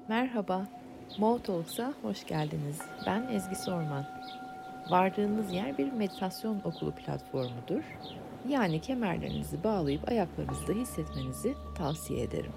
Merhaba, Mo Talks'a hoş geldiniz. Ben Ezgi Sorman. Vardığınız yer bir meditasyon okulu platformudur. Yani kemerlerinizi bağlayıp ayaklarınızda hissetmenizi tavsiye ederim.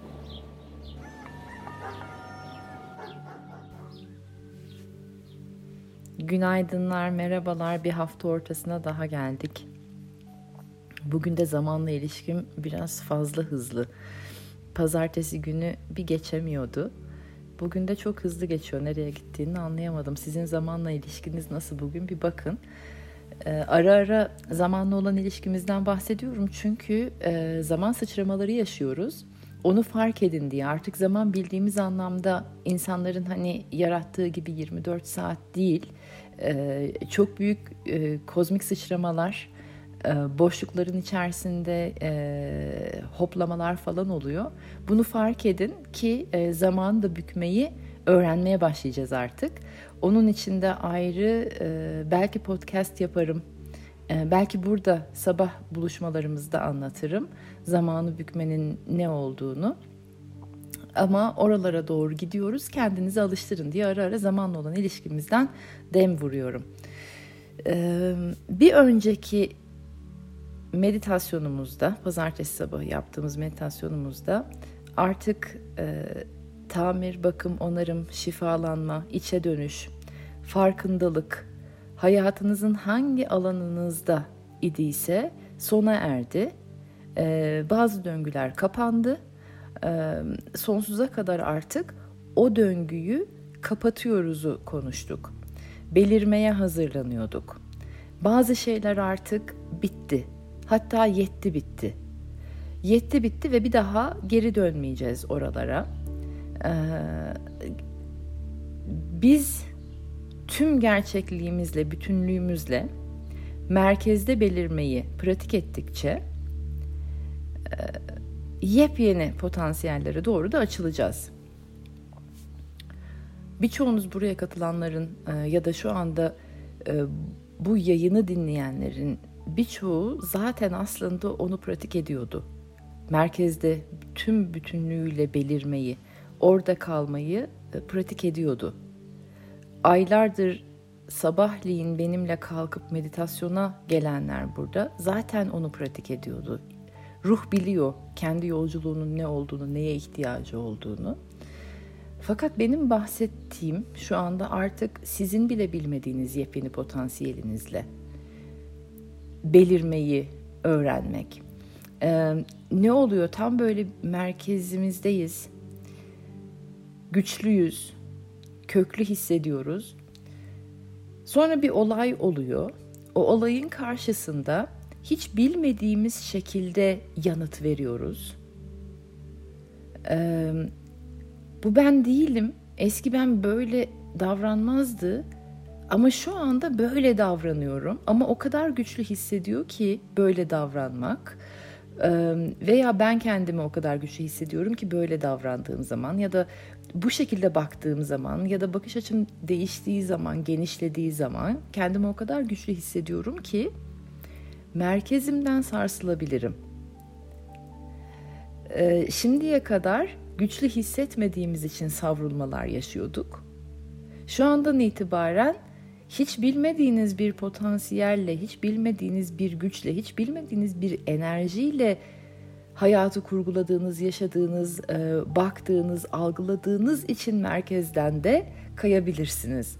Günaydınlar, merhabalar. Bir hafta ortasına daha geldik. Bugün de zamanla ilişkim biraz fazla hızlı. Pazartesi günü bir geçemiyordu. Bugün de çok hızlı geçiyor. Nereye gittiğini anlayamadım. Sizin zamanla ilişkiniz nasıl bugün bir bakın. Ara ara zamanla olan ilişkimizden bahsediyorum. Çünkü zaman sıçramaları yaşıyoruz. Onu fark edin diye. Artık zaman bildiğimiz anlamda insanların hani yarattığı gibi 24 saat değil. Çok büyük kozmik sıçramalar, boşlukların içerisinde hoplamalar falan oluyor. Bunu fark edin ki zamanı da bükmeyi öğrenmeye başlayacağız artık. Onun için de ayrı belki podcast yaparım. Belki burada sabah buluşmalarımızda anlatırım zamanı bükmenin ne olduğunu. Ama oralara doğru gidiyoruz. Kendinizi alıştırın diye ara ara zamanla olan ilişkimizden dem vuruyorum. Bir önceki meditasyonumuzda, pazartesi sabahı yaptığımız meditasyonumuzda artık tamir, bakım, onarım, şifalanma, içe dönüş, farkındalık, hayatınızın hangi alanınızda idiyse sona erdi. Bazı döngüler kapandı. Sonsuza kadar artık o döngüyü kapatıyoruzu konuştuk. Belirmeye hazırlanıyorduk. Bazı şeyler artık bitti. Hatta yetti bitti. Yetti bitti ve bir daha geri dönmeyeceğiz oralara. Biz tüm gerçekliğimizle, bütünlüğümüzle merkezde belirmeyi pratik ettikçe yepyeni potansiyellere doğru da açılacağız. Birçoğunuz buraya katılanların ya da şu anda bu yayını dinleyenlerin birçoğu zaten aslında onu pratik ediyordu. Merkezde tüm bütünlüğüyle belirmeyi, orada kalmayı pratik ediyordu. Aylardır sabahleyin benimle kalkıp meditasyona gelenler burada zaten onu pratik ediyordu. Ruh biliyor kendi yolculuğunun ne olduğunu, neye ihtiyacı olduğunu. Fakat benim bahsettiğim şu anda artık sizin bile bilmediğiniz yepyeni potansiyelinizle belirmeyi öğrenmek. Ne oluyor? Tam böyle merkezimizdeyiz. Güçlüyüz. Köklü hissediyoruz. Sonra bir olay oluyor. O olayın karşısında hiç bilmediğimiz şekilde yanıt veriyoruz. Bu ben değilim. Eski ben böyle davranmazdı. Ama şu anda böyle davranıyorum. Ama o kadar güçlü hissediyor ki böyle davranmak. Veya ben kendimi o kadar güçlü hissediyorum ki böyle davrandığım zaman ya da bu şekilde baktığım zaman ya da bakış açım değiştiği zaman, genişlediği zaman kendimi o kadar güçlü hissediyorum ki merkezimden sarsılabilirim. Şimdiye kadar güçlü hissetmediğimiz için savrulmalar yaşıyorduk. Şu andan itibaren hiç bilmediğiniz bir potansiyelle, hiç bilmediğiniz bir güçle, hiç bilmediğiniz bir enerjiyle hayatı kurguladığınız, yaşadığınız, baktığınız, algıladığınız için merkezden de kayabilirsiniz.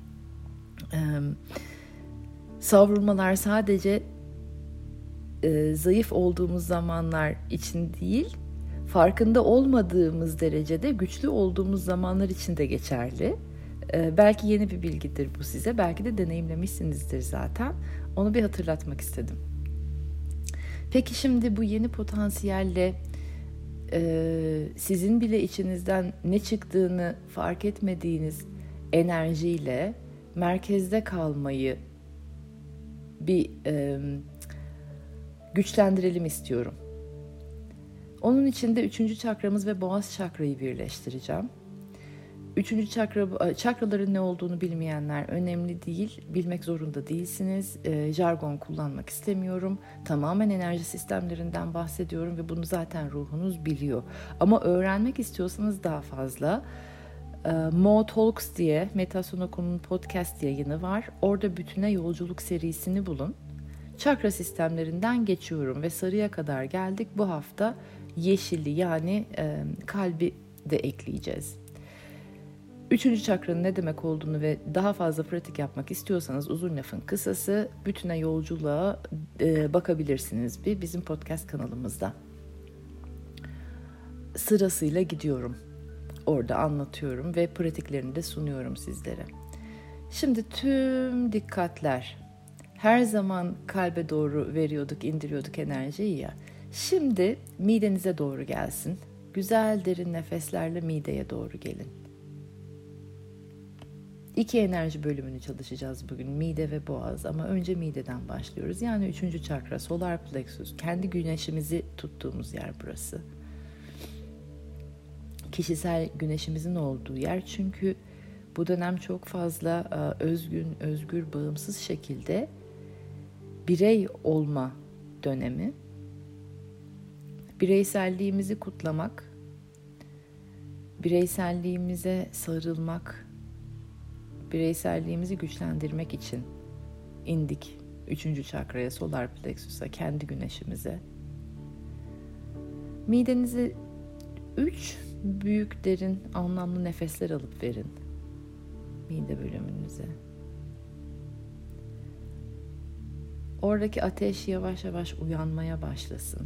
Savrulmalar sadece zayıf olduğumuz zamanlar için değil, farkında olmadığımız derecede güçlü olduğumuz zamanlar için de geçerli. Belki yeni bir bilgidir bu size, belki de deneyimlemişsinizdir zaten. Onu bir hatırlatmak istedim. Peki şimdi bu yeni potansiyelle sizin bile içinizden ne çıktığını fark etmediğiniz enerjiyle merkezde kalmayı bir güçlendirelim istiyorum. Onun için de 3. çakramız ve boğaz çakrayı birleştireceğim. 3. çakraların ne olduğunu bilmeyenler önemli değil. Bilmek zorunda değilsiniz. Jargon kullanmak istemiyorum. Tamamen enerji sistemlerinden bahsediyorum ve bunu zaten ruhunuz biliyor. Ama öğrenmek istiyorsanız daha fazla Mo Talks diye Meditasyon Okulu'nun podcast yayını var. Orada bütüne yolculuk serisini bulun. Çakra sistemlerinden geçiyorum ve sarıya kadar geldik. Bu hafta yeşili yani kalbi de ekleyeceğiz. Üçüncü çakranın ne demek olduğunu ve daha fazla pratik yapmak istiyorsanız uzun lafın kısası bütüne yolculuğa bakabilirsiniz bizim podcast kanalımızda. Sırasıyla gidiyorum. Orada anlatıyorum ve pratiklerini de sunuyorum sizlere. Şimdi tüm dikkatler, her zaman kalbe doğru veriyorduk, indiriyorduk enerjiyi ya. Şimdi midenize doğru gelsin. Güzel derin nefeslerle mideye doğru gelin. 2 enerji bölümünü çalışacağız bugün. Mide ve boğaz ama önce mideden başlıyoruz. Yani 3. çakra, solar plexus. Kendi güneşimizi tuttuğumuz yer burası. Kişisel güneşimizin olduğu yer, çünkü bu dönem çok fazla özgün, özgür, bağımsız şekilde birey olma dönemi. Bireyselliğimizi kutlamak, bireyselliğimize sarılmak, bireyselliğimizi güçlendirmek için indik 3. çakraya, solar plexus'a, kendi güneşimize. Midenizi 3 büyük, derin, anlamlı nefesler alıp verin mide bölümünüze. Oradaki ateş yavaş yavaş uyanmaya başlasın.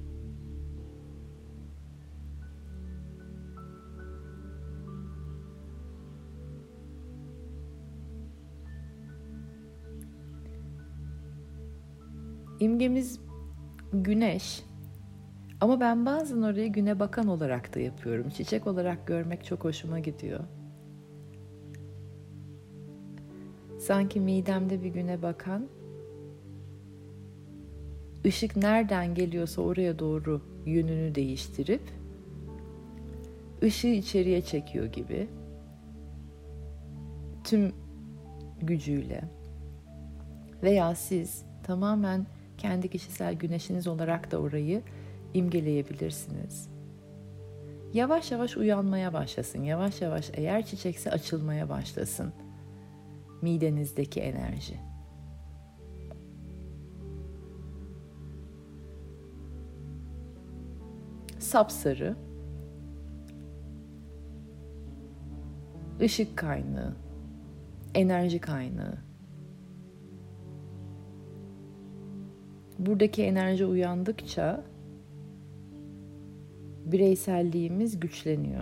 İmgemiz güneş. Ama ben bazen orayı güne bakan olarak da yapıyorum. Çiçek olarak görmek çok hoşuma gidiyor. Sanki midemde bir güne bakan, ışık nereden geliyorsa oraya doğru yönünü değiştirip ışığı içeriye çekiyor gibi, tüm gücüyle. Veya siz tamamen kendi kişisel güneşiniz olarak da orayı imgeleyebilirsiniz. Yavaş yavaş uyanmaya başlasın. Yavaş yavaş, eğer çiçekse, açılmaya başlasın midenizdeki enerji. Sapsarı, ışık kaynağı, enerji kaynağı. Buradaki enerji uyandıkça bireyselliğimiz güçleniyor.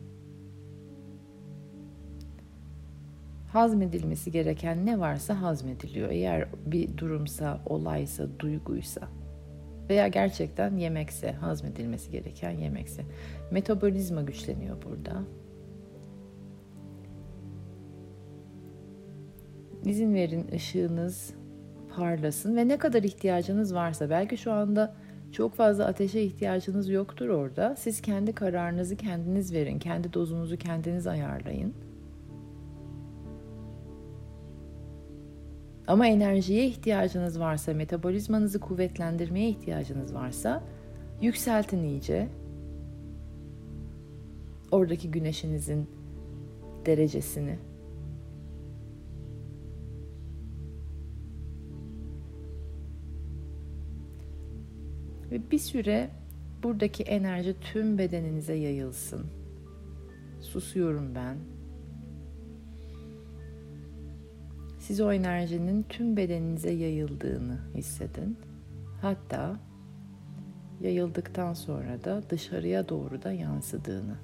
Hazmedilmesi gereken ne varsa hazmediliyor. Eğer bir durumsa, olaysa, duyguysa veya gerçekten yemekse, hazmedilmesi gereken yemekse. Metabolizma güçleniyor burada. İzin verin ışığınız parlasın ve ne kadar ihtiyacınız varsa, belki şu anda çok fazla ateşe ihtiyacınız yoktur orada. Siz kendi kararınızı kendiniz verin. Kendi dozunuzu kendiniz ayarlayın. Ama enerjiye ihtiyacınız varsa, metabolizmanızı kuvvetlendirmeye ihtiyacınız varsa yükseltin iyice. Oradaki güneşinizin derecesini. Ve bir süre buradaki enerji tüm bedeninize yayılsın. Susuyorum ben. Siz o enerjinin tüm bedeninize yayıldığını hissedin. Hatta yayıldıktan sonra da dışarıya doğru da yansıdığını.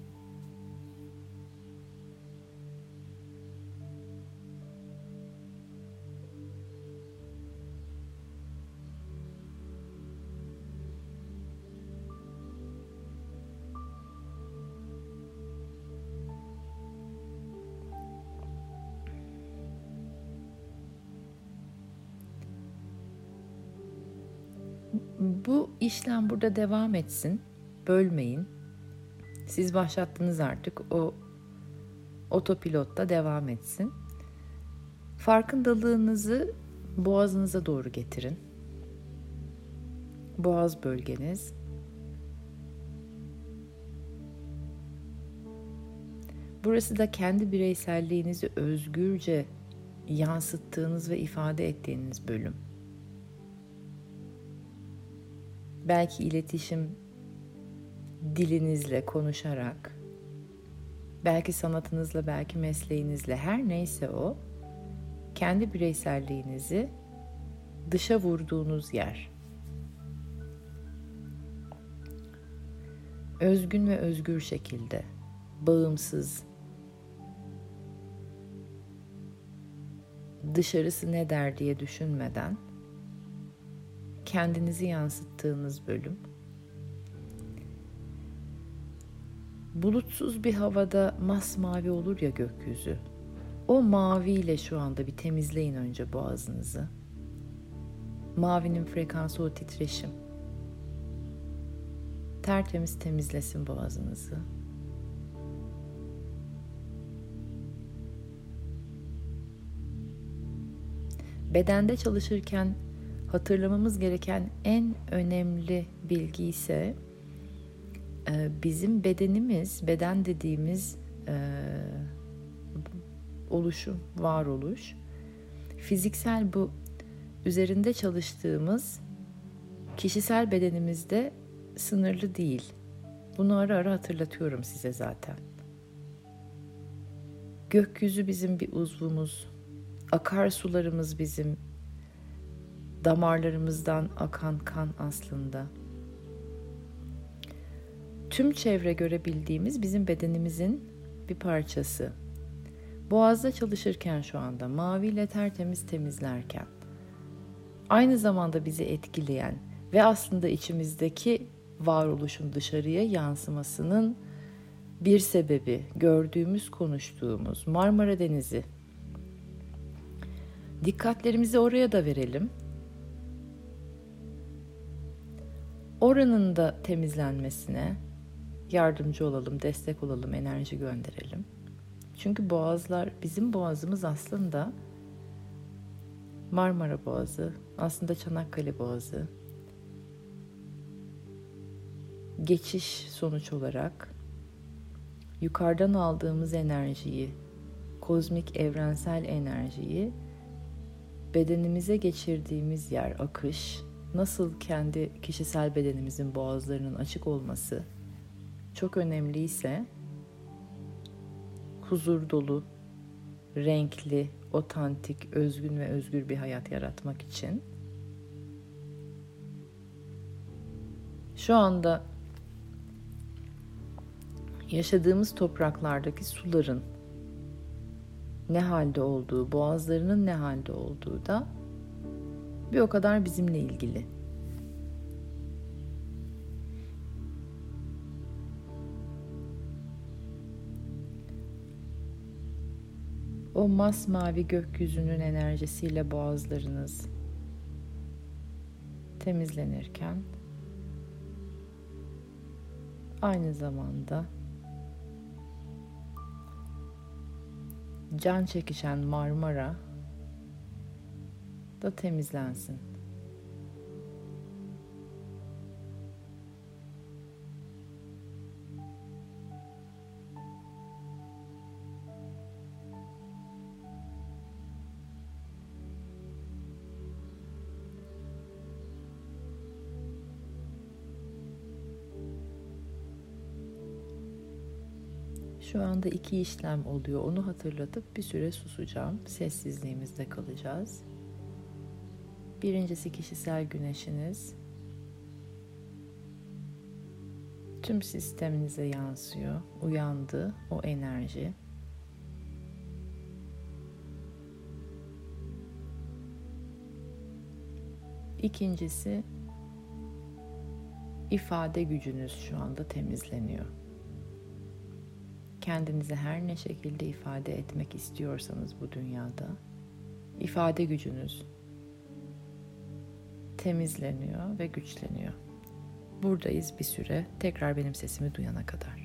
Bu işlem burada devam etsin. Bölmeyin. Siz başlattınız artık. O otopilotta devam etsin. Farkındalığınızı boğazınıza doğru getirin. Boğaz bölgeniz. Burası da kendi bireyselliğinizi özgürce yansıttığınız ve ifade ettiğiniz bölüm. Belki iletişim dilinizle konuşarak, belki sanatınızla, belki mesleğinizle, her neyse o, kendi bireyselliğinizi dışa vurduğunuz yer. Özgün ve özgür şekilde, bağımsız, dışarısı ne der diye düşünmeden kendinizi yansıttığınız bölüm. Bulutsuz bir havada masmavi olur ya gökyüzü. O maviyle şu anda bir temizleyin önce boğazınızı. Mavinin frekansı o titreşim. Tertemiz temizlesin boğazınızı. Bedende çalışırken hatırlamamız gereken en önemli bilgi ise bizim bedenimiz, beden dediğimiz oluşum, varoluş, fiziksel bu üzerinde çalıştığımız kişisel bedenimizde sınırlı değil. Bunu ara ara hatırlatıyorum size zaten. Gökyüzü bizim bir uzvumuz, akarsularımız bizim damarlarımızdan akan kan aslında. Tüm çevre görebildiğimiz bizim bedenimizin bir parçası. Boğazda çalışırken şu anda maviyle tertemiz temizlerken aynı zamanda bizi etkileyen ve aslında içimizdeki varoluşun dışarıya yansımasının bir sebebi gördüğümüz, konuştuğumuz Marmara Denizi. Dikkatlerimizi oraya da verelim. Oranın da temizlenmesine yardımcı olalım, destek olalım, enerji gönderelim. Çünkü boğazlar, bizim boğazımız aslında Marmara Boğazı, aslında Çanakkale Boğazı. Geçiş sonuç olarak yukarıdan aldığımız enerjiyi, kozmik evrensel enerjiyi bedenimize geçirdiğimiz yer, akış, nasıl kendi kişisel bedenimizin boğazlarının açık olması çok önemliyse, huzur dolu, renkli, otantik, özgün ve özgür bir hayat yaratmak için şu anda yaşadığımız topraklardaki suların ne halde olduğu, boğazlarının ne halde olduğu da bir o kadar bizimle ilgili. O masmavi gökyüzünün enerjisiyle boğazlarınız temizlenirken aynı zamanda can çekişen Marmara da temizlensin. Şu anda 2 işlem oluyor. Onu hatırlatıp bir süre susacağım. Sessizliğimizde kalacağız. Birincisi kişisel güneşiniz. Tüm sisteminize yansıyor. Uyandı o enerji. İkincisi ifade gücünüz şu anda temizleniyor. Kendinizi her ne şekilde ifade etmek istiyorsanız bu dünyada ifade gücünüz temizleniyor ve güçleniyor. Buradayız bir süre, tekrar benim sesimi duyana kadar.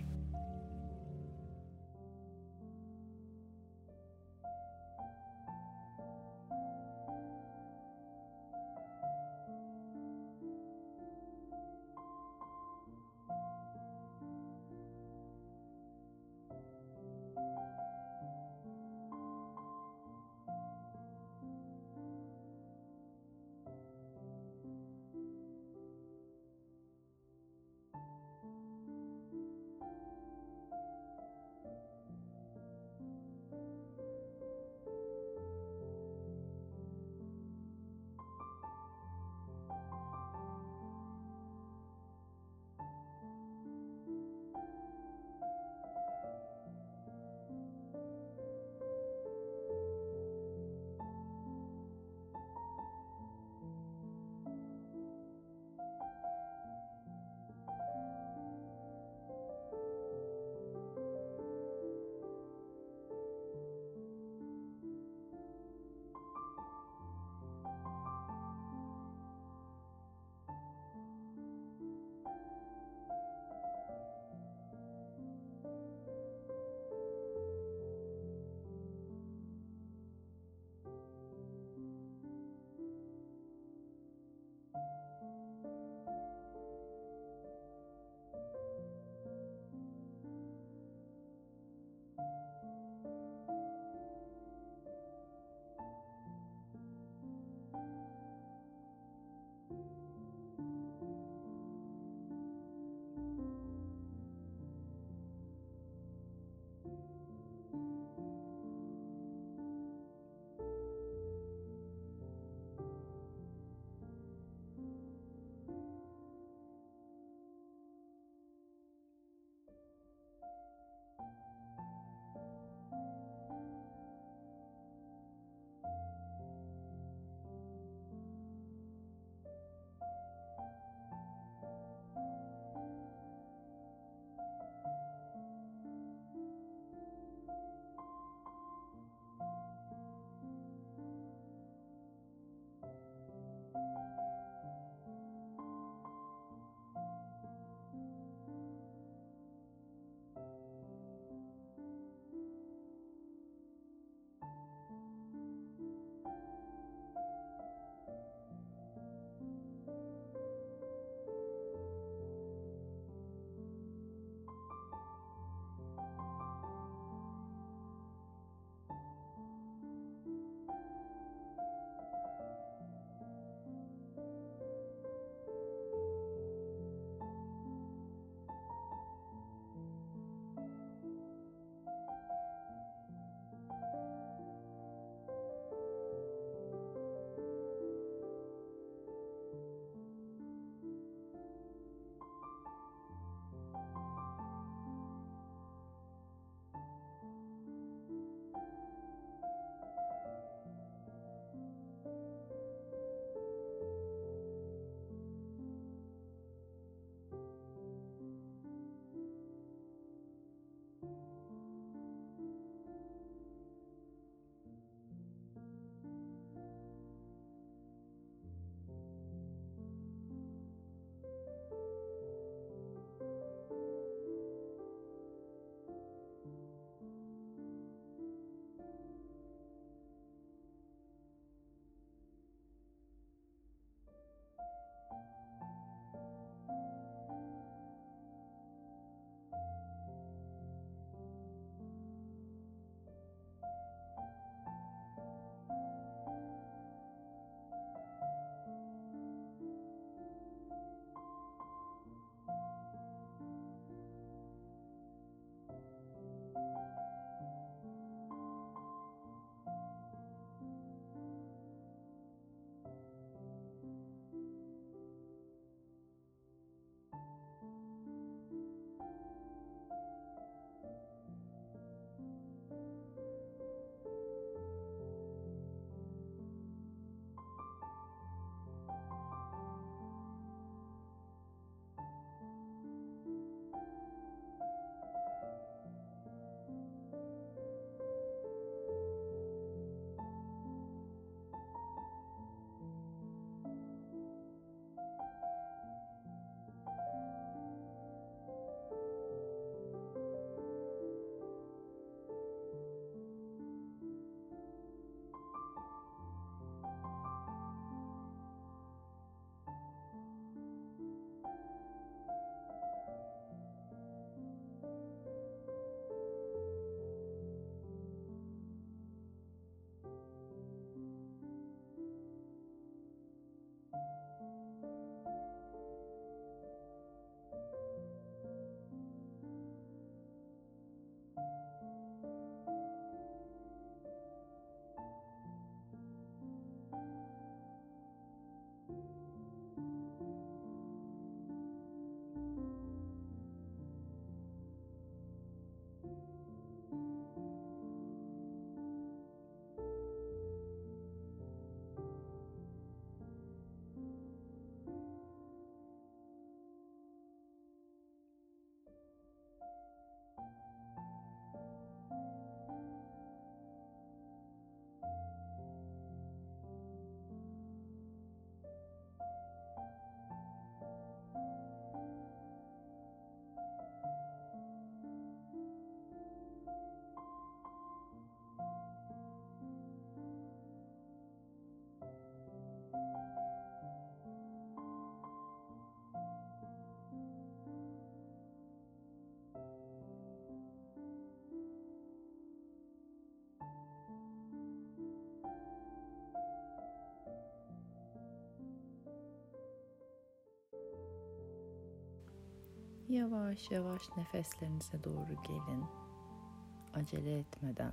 Yavaş yavaş nefeslerinize doğru gelin. Acele etmeden.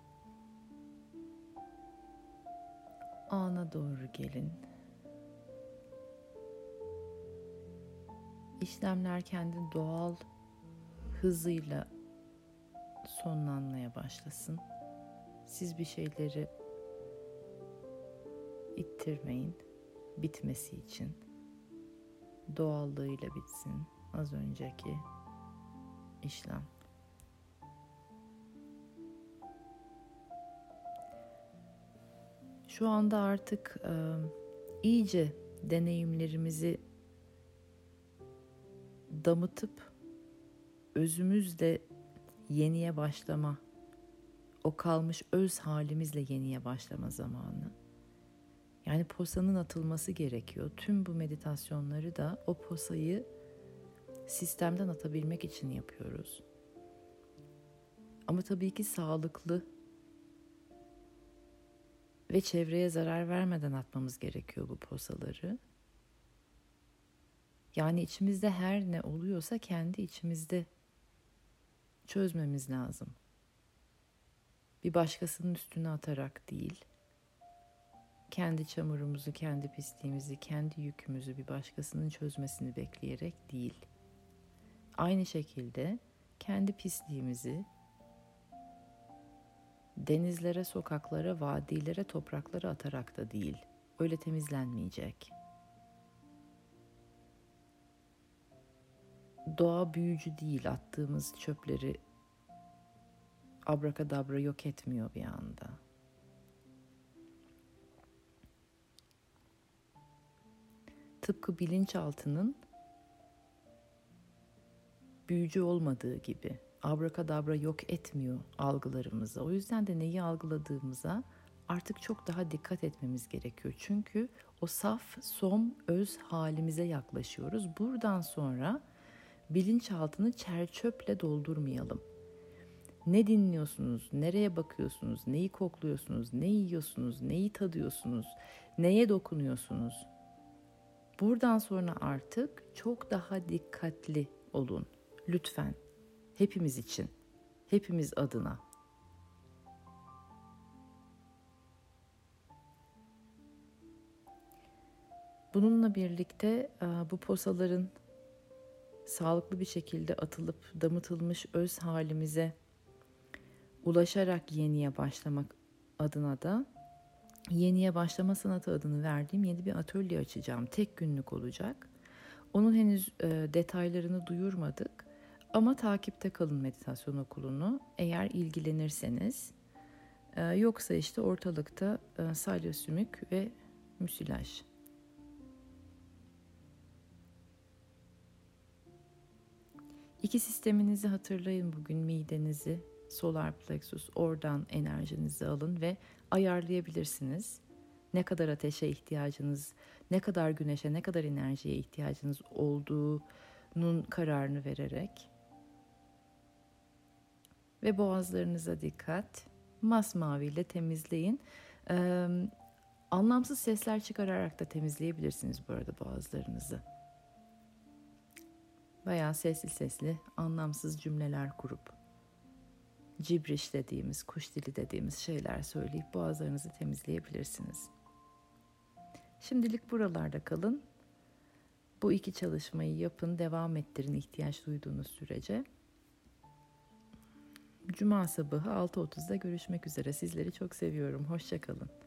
Ana doğru gelin. İşlemler kendi doğal hızıyla sonlanmaya başlasın. Siz bir şeyleri ittirmeyin bitmesi için. Doğallığıyla bitsin az önceki işlem. Şu anda artık iyice deneyimlerimizi damıtıp özümüzle yeniye başlama, o kalmış öz halimizle yeniye başlama zamanı. Yani posanın atılması gerekiyor. Tüm bu meditasyonları da o posayı sistemden atabilmek için yapıyoruz. Ama tabii ki sağlıklı ve çevreye zarar vermeden atmamız gerekiyor bu posaları. Yani içimizde her ne oluyorsa kendi içimizde çözmemiz lazım. Bir başkasının üstüne atarak değil, kendi çamurumuzu, kendi pisliğimizi, kendi yükümüzü bir başkasının çözmesini bekleyerek değil. Aynı şekilde kendi pisliğimizi denizlere, sokaklara, vadilere, topraklara atarak da değil. Öyle temizlenmeyecek. Doğa büyücü değil, attığımız çöpleri abrakadabra yok etmiyor bir anda. Tıpkı bilinçaltının büyücü olmadığı gibi abrakadabra yok etmiyor algılarımızı. O yüzden de neyi algıladığımıza artık çok daha dikkat etmemiz gerekiyor. Çünkü o saf, som, öz halimize yaklaşıyoruz. Buradan sonra bilinçaltını çerçöple doldurmayalım. Ne dinliyorsunuz, nereye bakıyorsunuz, neyi kokluyorsunuz, ne yiyorsunuz, neyi tadıyorsunuz, neye dokunuyorsunuz? Buradan sonra artık çok daha dikkatli olun. Lütfen. Hepimiz için. Hepimiz adına. Bununla birlikte bu posaların sağlıklı bir şekilde atılıp damıtılmış öz halimize ulaşarak yeniye başlamak adına da yeniye başlama sanatı adını verdiğim yeni bir atölye açacağım. Tek günlük olacak. Onun henüz detaylarını duyurmadık. Ama takipte kalın meditasyon okulunu. Eğer ilgilenirseniz. Yoksa işte ortalıkta salyosümük ve müsilaj. İki sisteminizi hatırlayın bugün, midenizi, solar plexus, oradan enerjinizi alın ve ayarlayabilirsiniz. Ne kadar ateşe ihtiyacınız, ne kadar güneşe, ne kadar enerjiye ihtiyacınız olduğunun kararını vererek. Ve boğazlarınıza dikkat. Masmaviyle temizleyin. Anlamsız sesler çıkararak da temizleyebilirsiniz bu arada boğazlarınızı. Bayağı sesli sesli, anlamsız cümleler kurup, cibriş dediğimiz, kuş dili dediğimiz şeyler söyleyip boğazlarınızı temizleyebilirsiniz. Şimdilik buralarda kalın. Bu iki çalışmayı yapın, devam ettirin ihtiyaç duyduğunuz sürece. Cuma sabahı 6.30'da görüşmek üzere. Sizleri çok seviyorum. Hoşça kalın.